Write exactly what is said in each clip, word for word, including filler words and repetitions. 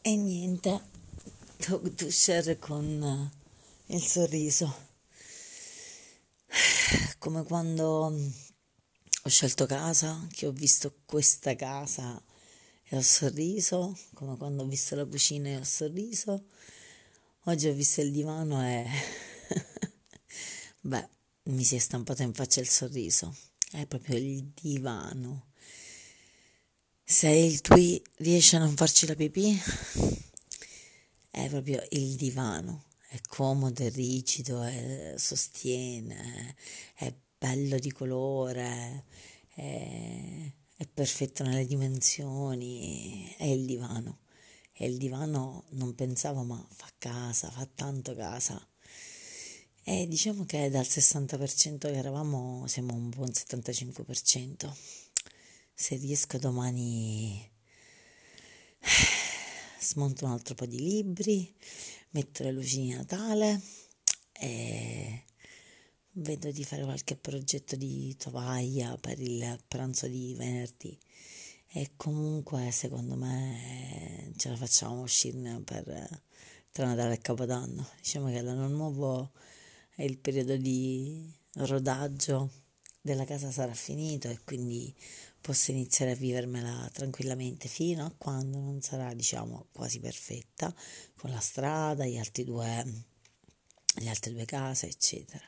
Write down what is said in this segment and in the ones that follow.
E niente, talk to share con eh, il sorriso. Come quando ho scelto casa, che ho visto questa casa e ho sorriso, come quando ho visto la cucina e ho sorriso. Oggi ho visto il divano e beh, mi si è stampato in faccia il sorriso. È proprio il divano. Se il tui riesce a non farci la pipì, è proprio il divano. È comodo, è rigido, è, sostiene, è bello di colore, è, è perfetto nelle dimensioni. È il divano. E il divano non pensavo, ma fa casa, fa tanto casa. E diciamo che dal sessanta per cento che eravamo siamo un buon settantacinque per cento. Se riesco domani smonto un altro po' di libri, metto le luci di Natale e vedo di fare qualche progetto di tovaglia per il pranzo di venerdì. E comunque secondo me ce la facciamo uscirne per tra Natale e Capodanno. Diciamo che l'anno nuovo è il periodo di rodaggio della casa, sarà finito e quindi posso iniziare a vivermela tranquillamente fino a quando non sarà, diciamo, quasi perfetta con la strada, gli altri due, le altre due case, eccetera.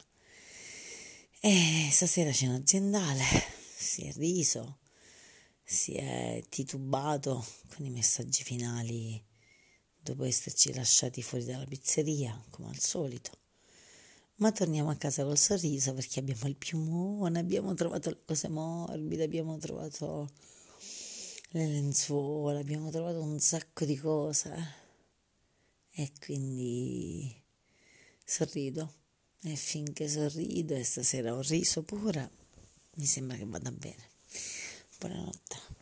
E stasera cena aziendale, si è riso, si è titubato con i messaggi finali dopo esserci lasciati fuori dalla pizzeria, come al solito. Ma torniamo a casa col sorriso perché abbiamo il piumone, abbiamo trovato le cose morbide, abbiamo trovato le lenzuola, abbiamo trovato un sacco di cose e quindi sorrido. E finché sorrido e stasera ho riso pure, mi sembra che vada bene. Buonanotte.